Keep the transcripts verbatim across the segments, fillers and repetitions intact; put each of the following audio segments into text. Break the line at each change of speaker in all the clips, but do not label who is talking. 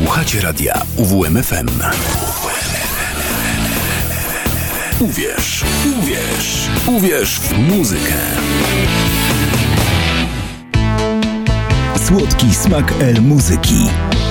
Słuchacie radia U W M F M. Uwierz, uwierz, uwierz w muzykę. Słodki smak El Muzyki.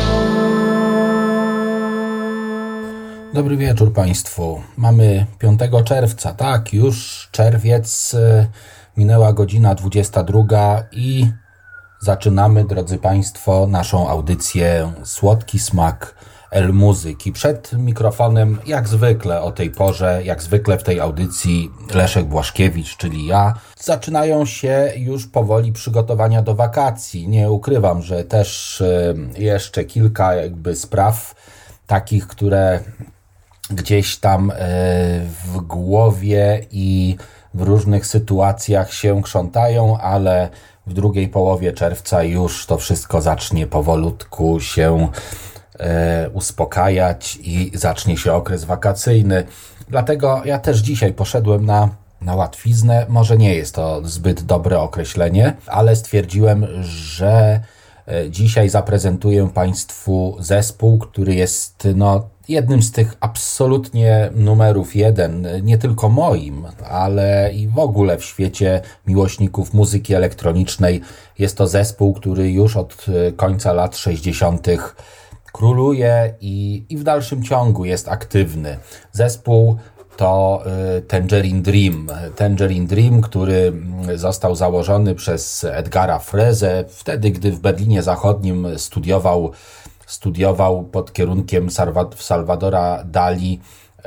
Dobry wieczór Państwu. Mamy piątego czerwca, tak, już czerwiec, minęła godzina dwudziesta druga i zaczynamy, drodzy Państwo, naszą audycję Słodki smak El Muzyki. Przed mikrofonem, jak zwykle o tej porze, jak zwykle w tej audycji Leszek Błaszkiewicz, czyli ja. Zaczynają się już powoli przygotowania do wakacji. Nie ukrywam, że też jeszcze kilka jakby spraw takich, które gdzieś tam w głowie i w różnych sytuacjach się krzątają, ale w drugiej połowie czerwca już to wszystko zacznie powolutku się e, uspokajać i zacznie się okres wakacyjny. Dlatego ja też dzisiaj poszedłem na, na łatwiznę. Może nie jest to zbyt dobre określenie, ale stwierdziłem, że dzisiaj zaprezentuję Państwu zespół, który jest no, jednym z tych absolutnie numerów jeden, nie tylko moim, ale i w ogóle w świecie miłośników muzyki elektronicznej. Jest to zespół, który już od końca lat sześćdziesiątych króluje i, i w dalszym ciągu jest aktywny. Zespół to Tangerine Dream. Tangerine Dream, który został założony przez Edgara Frezę wtedy, gdy w Berlinie Zachodnim studiował, studiował pod kierunkiem Salvadora Dali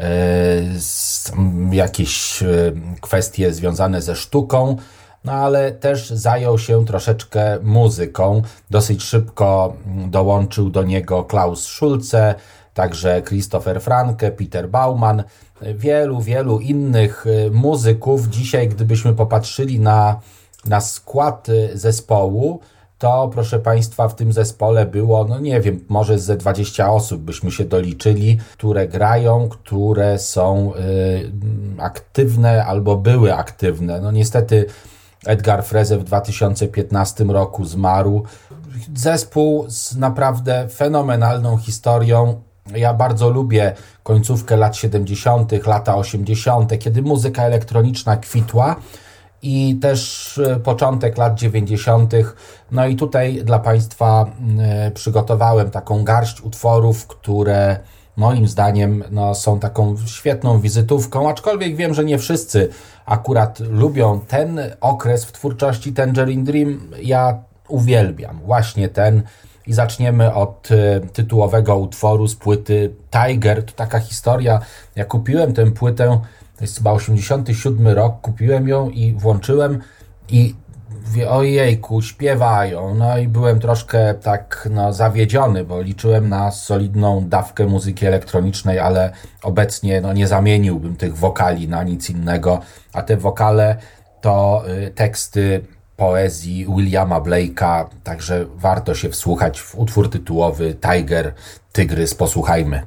jakieś kwestie związane ze sztuką, no ale też zajął się troszeczkę muzyką. Dosyć szybko dołączył do niego Klaus Schulze, także Christopher Franke, Peter Baumann, wielu, wielu innych muzyków. Dzisiaj, gdybyśmy popatrzyli na, na skład zespołu, to proszę Państwa, w tym zespole było, no nie wiem, może ze dwadzieścia osób byśmy się doliczyli, które grają, które są y, aktywne albo były aktywne. No niestety Edgar Freze w dwa tysiące piętnastym roku zmarł. Zespół z naprawdę fenomenalną historią. Ja bardzo lubię końcówkę lat siedemdziesiątych, lata osiemdziesiąte, kiedy muzyka elektroniczna kwitła i też początek lat dziewięćdziesiątych. No i tutaj dla Państwa przygotowałem taką garść utworów, które moim zdaniem no, są taką świetną wizytówką, aczkolwiek wiem, że nie wszyscy akurat lubią ten okres w twórczości Tangerine Dream. Ja uwielbiam właśnie ten. I zaczniemy od y, tytułowego utworu z płyty Tiger. To taka historia, ja kupiłem tę płytę, to jest chyba osiemdziesiąty siódmy rok, kupiłem ją i włączyłem i mówię, ojejku, śpiewają. No i byłem troszkę tak no, zawiedziony, bo liczyłem na solidną dawkę muzyki elektronicznej, ale obecnie no, nie zamieniłbym tych wokali na nic innego, a te wokale to y, teksty poezji Williama Blake'a, także warto się wsłuchać w utwór tytułowy Tiger, Tygrys. Posłuchajmy.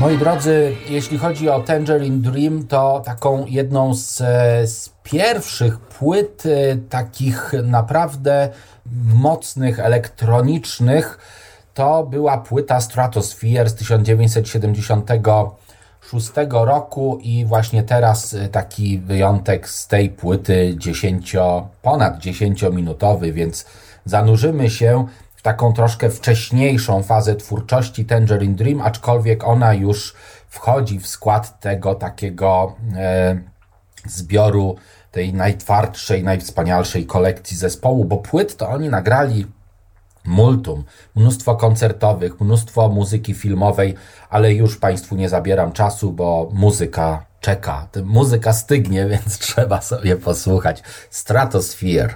Moi drodzy, jeśli chodzi o Tangerine Dream, to taką jedną z, z pierwszych płyt takich naprawdę mocnych, elektronicznych to była płyta Stratosphere z tysiąc dziewięćset siedemdziesiątego szóstego roku i właśnie teraz taki wyjątek z tej płyty dziesięcio, ponad dziesięciominutowy, więc zanurzymy się w taką troszkę wcześniejszą fazę twórczości Tangerine Dream, aczkolwiek ona już wchodzi w skład tego takiego e, zbioru tej najtwardszej, najwspanialszej kolekcji zespołu, bo płyt to oni nagrali multum, mnóstwo koncertowych, mnóstwo muzyki filmowej, ale już Państwu nie zabieram czasu, bo muzyka czeka. Muzyka stygnie, więc trzeba sobie posłuchać. Stratosphere.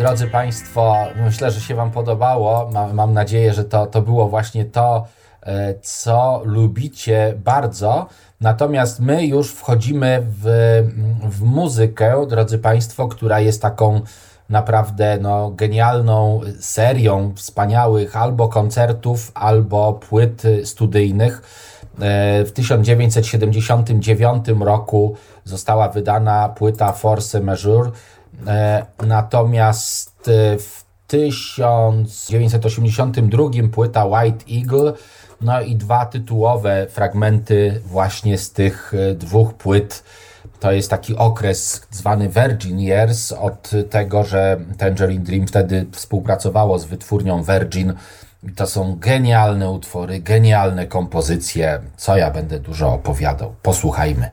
drodzy Państwo, myślę, że się Wam podobało. Mam, mam nadzieję, że to, to było właśnie to, co lubicie bardzo. Natomiast my już wchodzimy w, w muzykę, drodzy Państwo, która jest taką naprawdę no, genialną serią wspaniałych albo koncertów, albo płyt studyjnych. W tysiąc dziewięćset siedemdziesiątym dziewiątym roku została wydana płyta Force Majeure, natomiast w tysiąc dziewięćset osiemdziesiątym drugim płyta White Eagle, no i dwa tytułowe fragmenty właśnie z tych dwóch płyt. To jest taki okres zwany Virgin Years, od tego, że Tangerine Dream wtedy współpracowało z wytwórnią Virgin. I to są genialne utwory, genialne kompozycje, co ja będę dużo opowiadał. Posłuchajmy.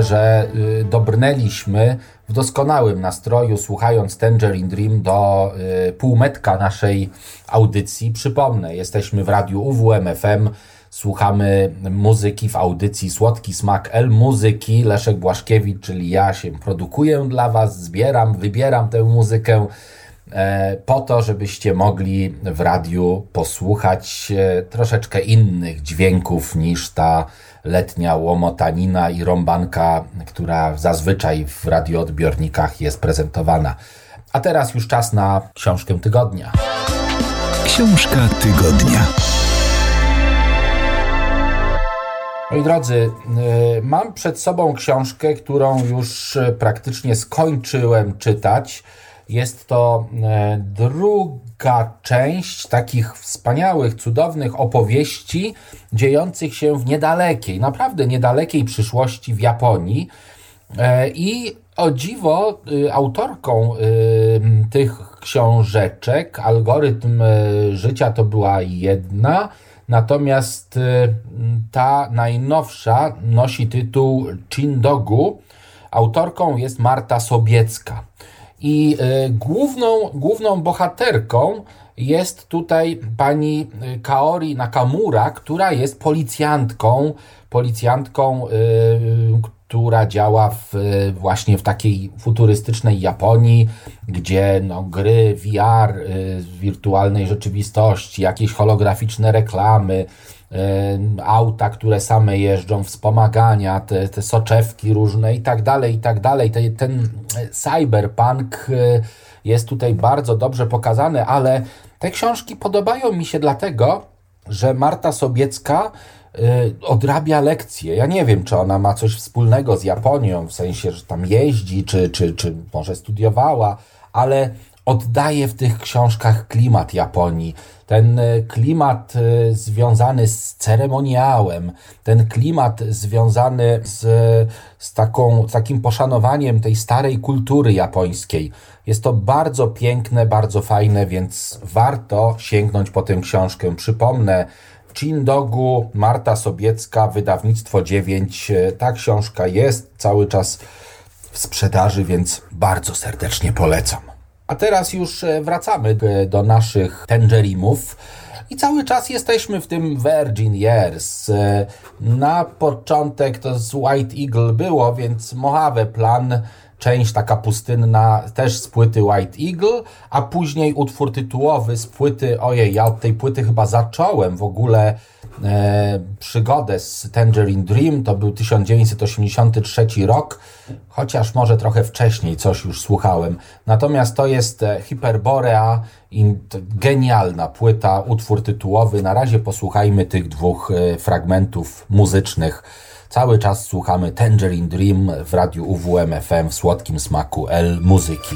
że dobrnęliśmy w doskonałym nastroju, słuchając Tangerine Dream, do półmetka naszej audycji. Przypomnę, jesteśmy w radiu U W M F M, słuchamy muzyki w audycji Słodki Smak El Muzyki. Leszek Błaszkiewicz, czyli ja, się produkuję dla Was, zbieram, wybieram tę muzykę po to, żebyście mogli w radiu posłuchać troszeczkę innych dźwięków niż ta letnia łomotanina i rąbanka, która zazwyczaj w radioodbiornikach jest prezentowana. A teraz już czas na książkę tygodnia.
Książka tygodnia.
Moi drodzy, mam przed sobą książkę, którą już praktycznie skończyłem czytać. Jest to druga część takich wspaniałych, cudownych opowieści dziejących się w niedalekiej, naprawdę niedalekiej przyszłości w Japonii. I o dziwo autorką tych książeczek, Algorytm życia, to była jedna, natomiast ta najnowsza nosi tytuł Chindogu. Autorką jest Marta Sobiecka. I y, główną, główną bohaterką jest tutaj pani Kaori Nakamura, która jest policjantką, policjantką, y, która działa w, właśnie w takiej futurystycznej Japonii, gdzie no, gry V R, y, wirtualnej rzeczywistości, jakieś holograficzne reklamy, auta, które same jeżdżą, wspomagania, te, te soczewki różne i tak dalej, i tak dalej. Ten, ten cyberpunk jest tutaj bardzo dobrze pokazany, ale te książki podobają mi się dlatego, że Marta Sobiecka odrabia lekcje. Ja nie wiem, czy ona ma coś wspólnego z Japonią, w sensie, że tam jeździ, czy, czy, czy może studiowała, ale oddaje w tych książkach klimat Japonii. Ten klimat związany z ceremoniałem, ten klimat związany z, z, taką, z takim poszanowaniem tej starej kultury japońskiej. Jest to bardzo piękne, bardzo fajne, więc warto sięgnąć po tę książkę. Przypomnę, Chindogu, Marta Sobiecka, wydawnictwo dziewięć. Ta książka jest cały czas w sprzedaży, więc bardzo serdecznie polecam. A teraz już wracamy do naszych Tangerimów i cały czas jesteśmy w tym Virgin Years. Na początek to z White Eagle było, więc Mojave Plan, część taka pustynna, też z płyty White Eagle, a później utwór tytułowy z płyty, ojej, ja od tej płyty chyba zacząłem w ogóle e, przygodę z Tangerine Dream, to był tysiąc dziewięćset osiemdziesiąty trzeci rok, chociaż może trochę wcześniej coś już słuchałem. Natomiast to jest Hyperborea i genialna płyta, utwór tytułowy. Na razie posłuchajmy tych dwóch e, fragmentów muzycznych. Cały czas słuchamy Tangerine Dream w radiu U W M F M w Słodkim Smaku El Muzyki.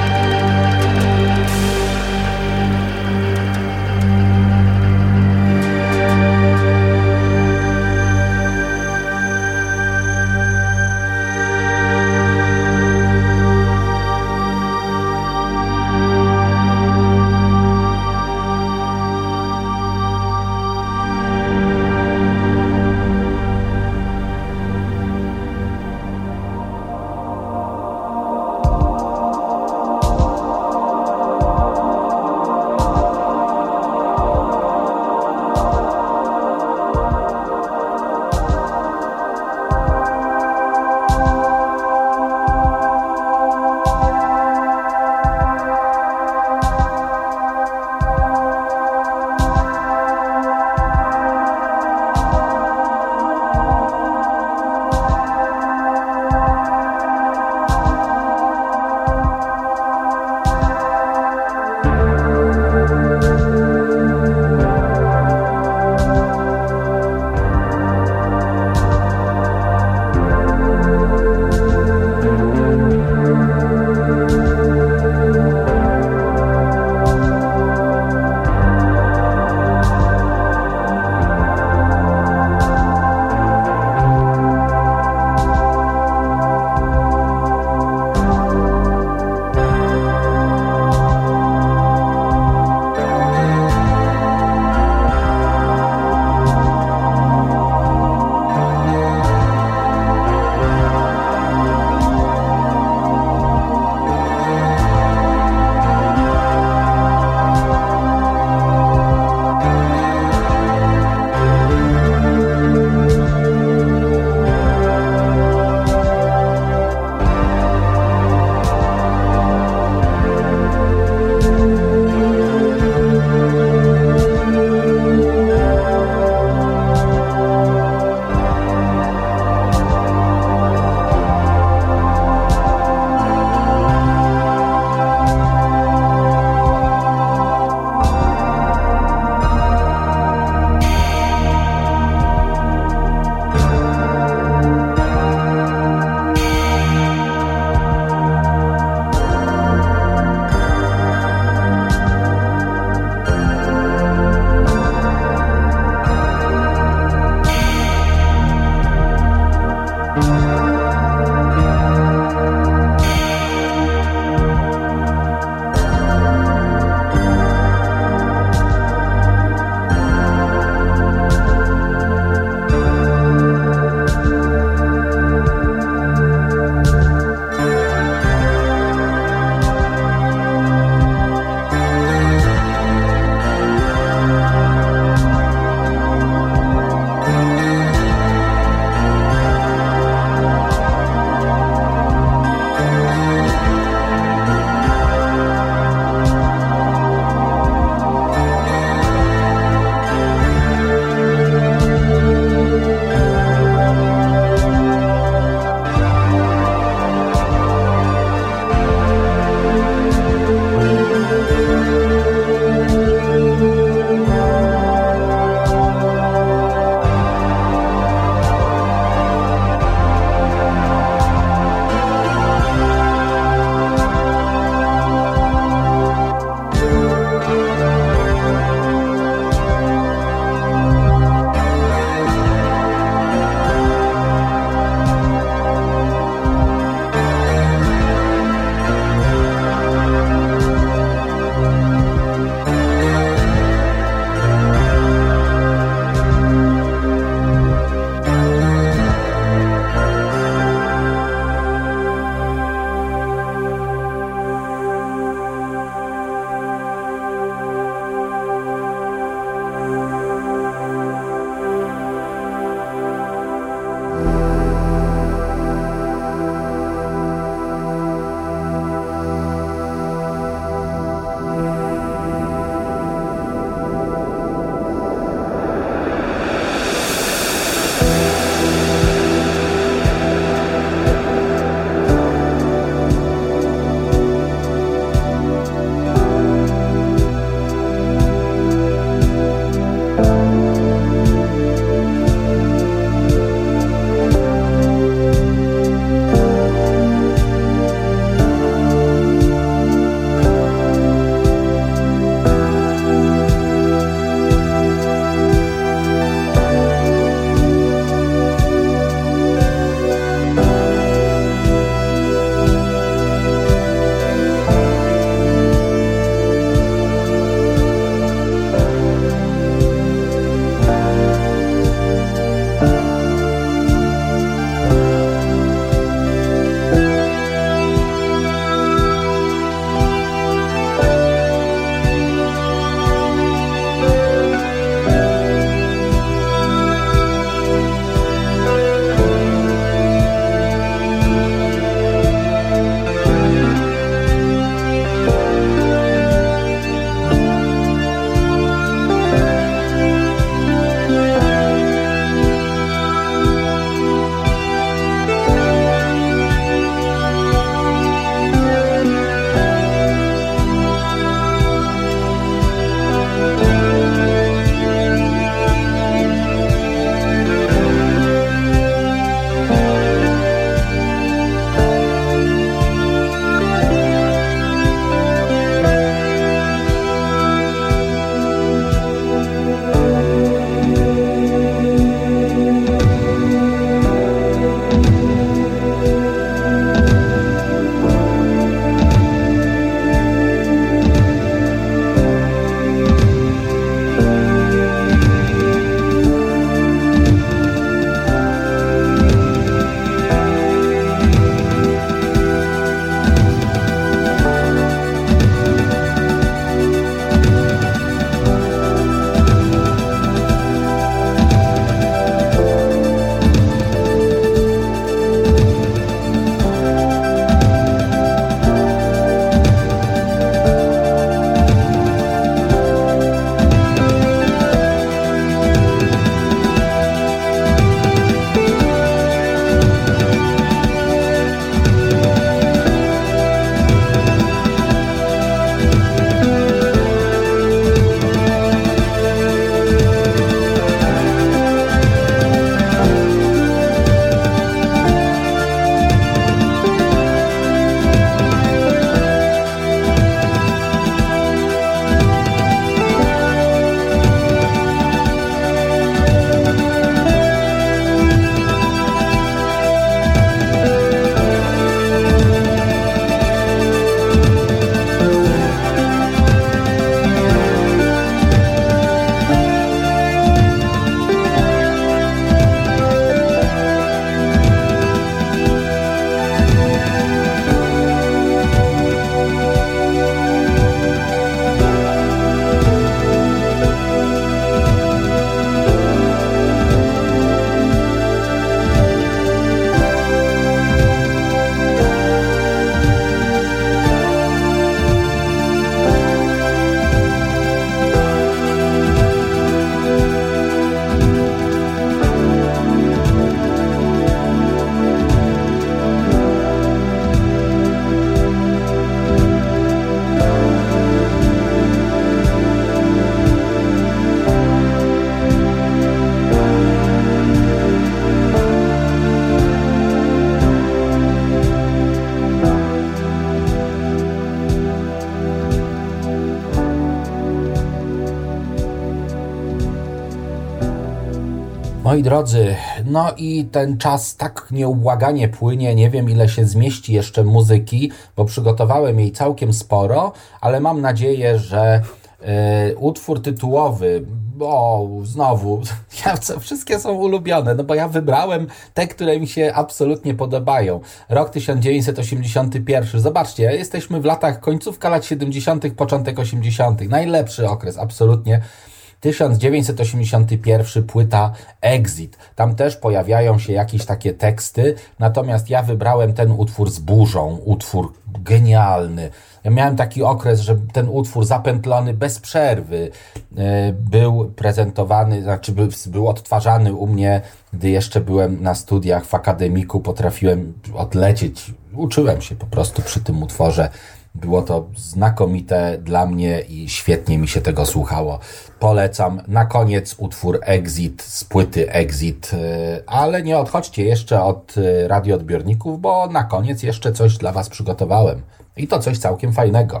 Moi drodzy, no i ten czas tak nieubłaganie płynie, nie wiem ile się zmieści jeszcze muzyki, bo przygotowałem jej całkiem sporo, ale mam nadzieję, że y, utwór tytułowy, o znowu, ja, wszystkie są ulubione, no bo ja wybrałem te, które mi się absolutnie podobają. Rok tysiąc dziewięćset osiemdziesiąty pierwszy, zobaczcie, jesteśmy w latach końcówka lat siedemdziesiątych, początek osiemdziesiątych, najlepszy okres, absolutnie. tysiąc dziewięćset osiemdziesiąty pierwszy, płyta Exit. Tam też pojawiają się jakieś takie teksty, natomiast ja wybrałem ten utwór z burzą, utwór genialny. Ja miałem taki okres, że ten utwór zapętlony bez przerwy był prezentowany, znaczy był odtwarzany u mnie, gdy jeszcze byłem na studiach w akademiku, potrafiłem odlecieć, uczyłem się po prostu przy tym utworze. Było to znakomite dla mnie i świetnie mi się tego słuchało. Polecam. Na koniec utwór Exit z płyty Exit, ale nie odchodźcie jeszcze od radioodbiorników, bo na koniec jeszcze coś dla Was przygotowałem. I to coś całkiem fajnego.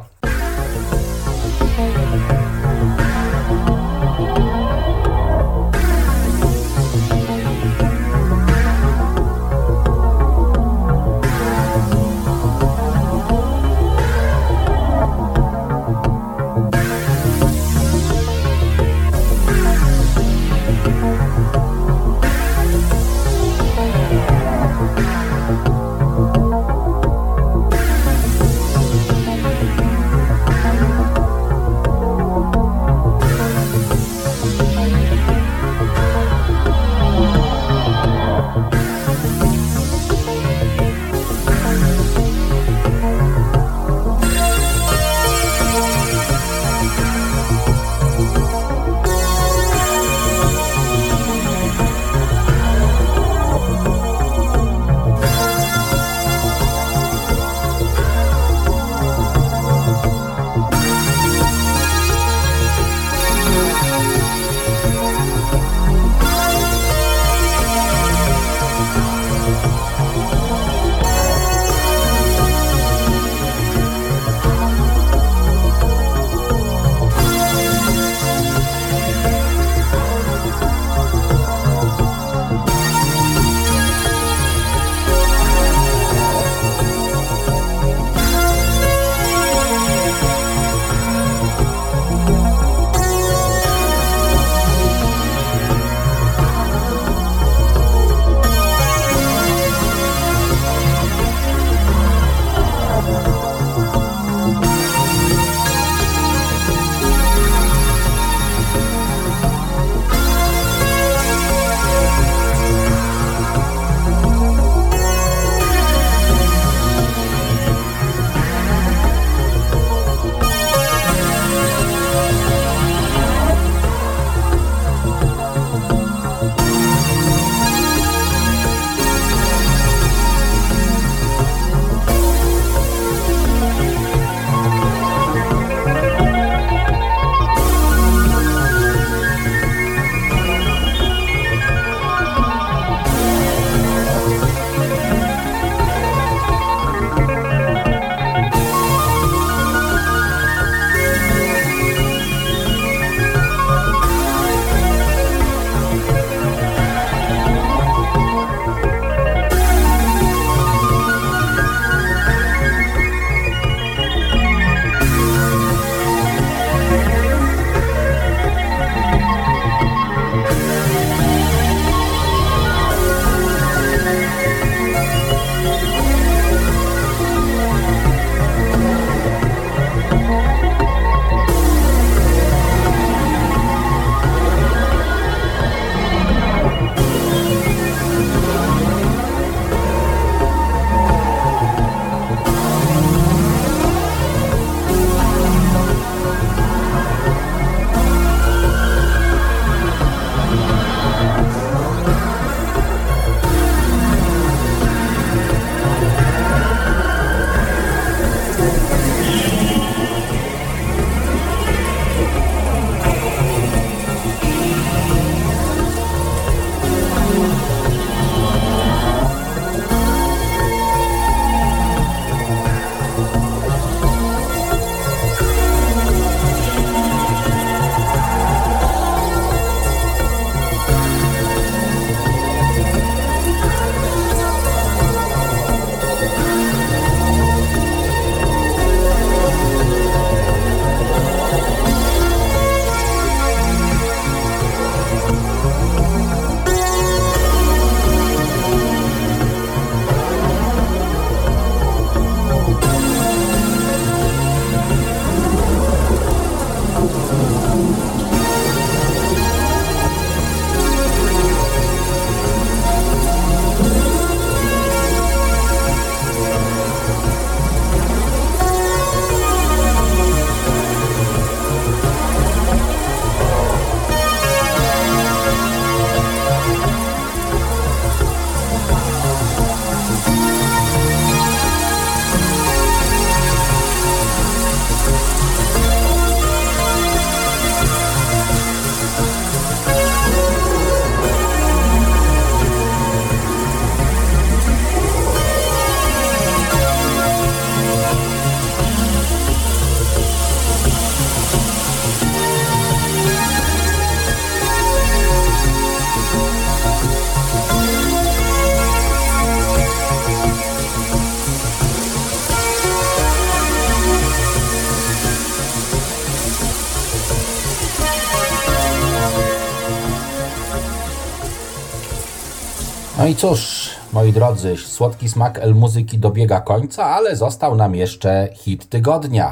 No i cóż, moi drodzy, słodki smak El Muzyki dobiega końca, ale został nam jeszcze hit tygodnia.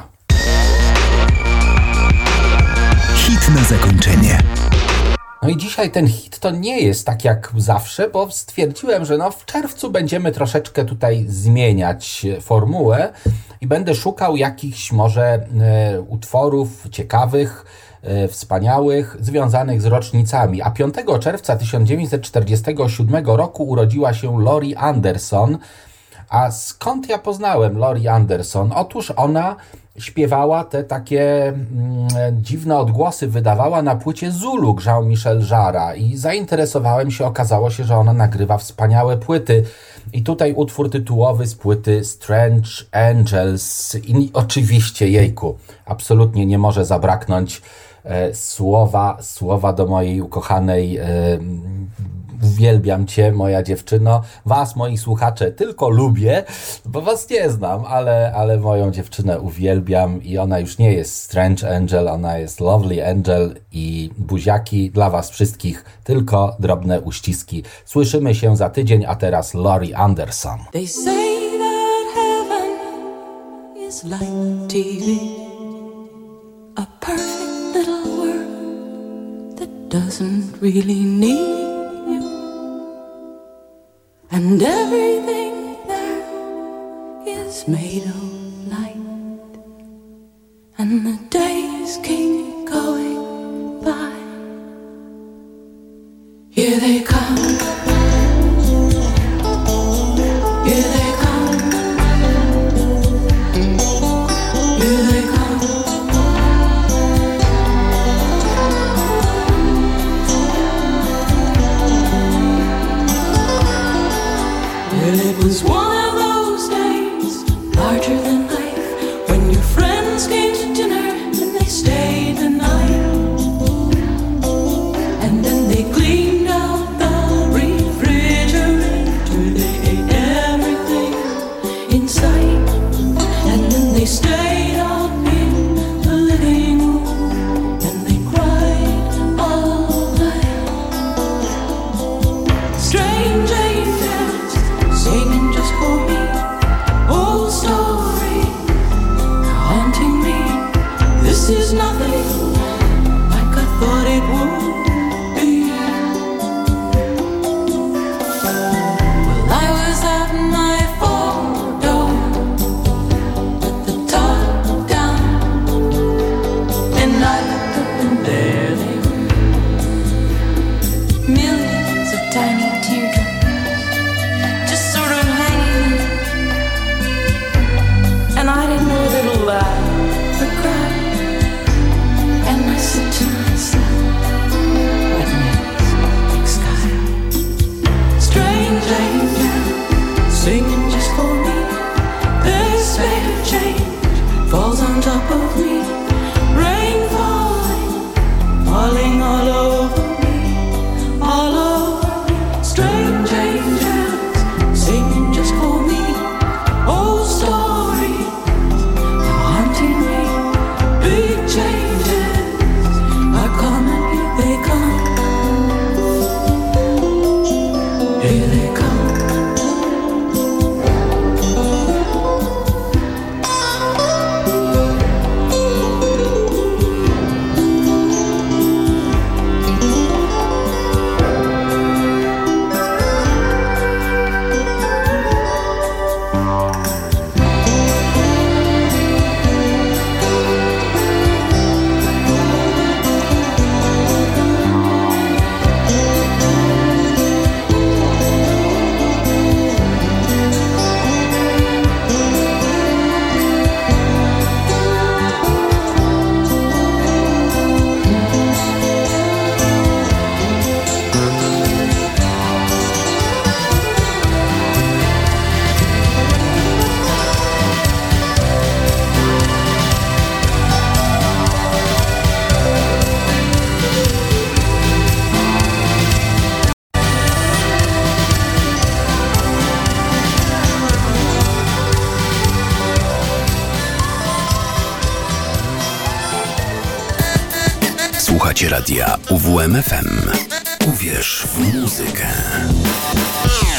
Hit na zakończenie.
No i dzisiaj ten hit to nie jest tak jak zawsze, bo stwierdziłem, że no w czerwcu będziemy troszeczkę tutaj zmieniać formułę i będę szukał jakichś może e, utworów ciekawych, e, wspaniałych, związanych z rocznicami. A piątego czerwca tysiąc dziewięćset czterdziestego siódmego roku urodziła się Laurie Anderson. A skąd ja poznałem Laurie Anderson? Otóż ona śpiewała te takie mm, dziwne odgłosy, wydawała na płycie Zulu Jean-Michel Jarra i zainteresowałem się, okazało się, że ona nagrywa wspaniałe płyty. I tutaj utwór tytułowy z płyty Strange Angels i oczywiście, jejku, absolutnie nie może zabraknąć e, słowa, słowa do mojej ukochanej e, uwielbiam Cię, moja dziewczyno. Was, moi słuchacze, tylko lubię, bo Was nie znam, ale, ale moją dziewczynę uwielbiam i ona już nie jest Strange Angel, ona jest Lovely Angel i buziaki dla Was wszystkich, tylko drobne uściski. Słyszymy się za tydzień, a teraz Laurie Anderson.
They say that heaven is like T V, a perfect little world that doesn't really need and everything there is made of light, and the days keep going by. Here they come, here they come, here they come. Well, it was one of those days, larger than life, when your friends came to dinner and they stayed the night, and then they cleaned out the refrigerator, they ate everything in sight, and then they stayed out in the living room and they cried all night. Strange angels singing just for me, old story haunting me. This is nothing like I thought it would be. Well, I was at my photo with the top down, and I looked up and there they were, millions of tiny teardrops just sort of hanging, and I didn't know whether to laugh or cry. And I said to myself, what next, big sky? Strange angel singing just for me. This rate of change falls on top of me, rain falling, falling all over me, all over me. Strange angels singing just for me, old stories haunting me, big changes are coming, here they come, here they come.
Słuchacie radia U W M F M. Uwierz w muzykę.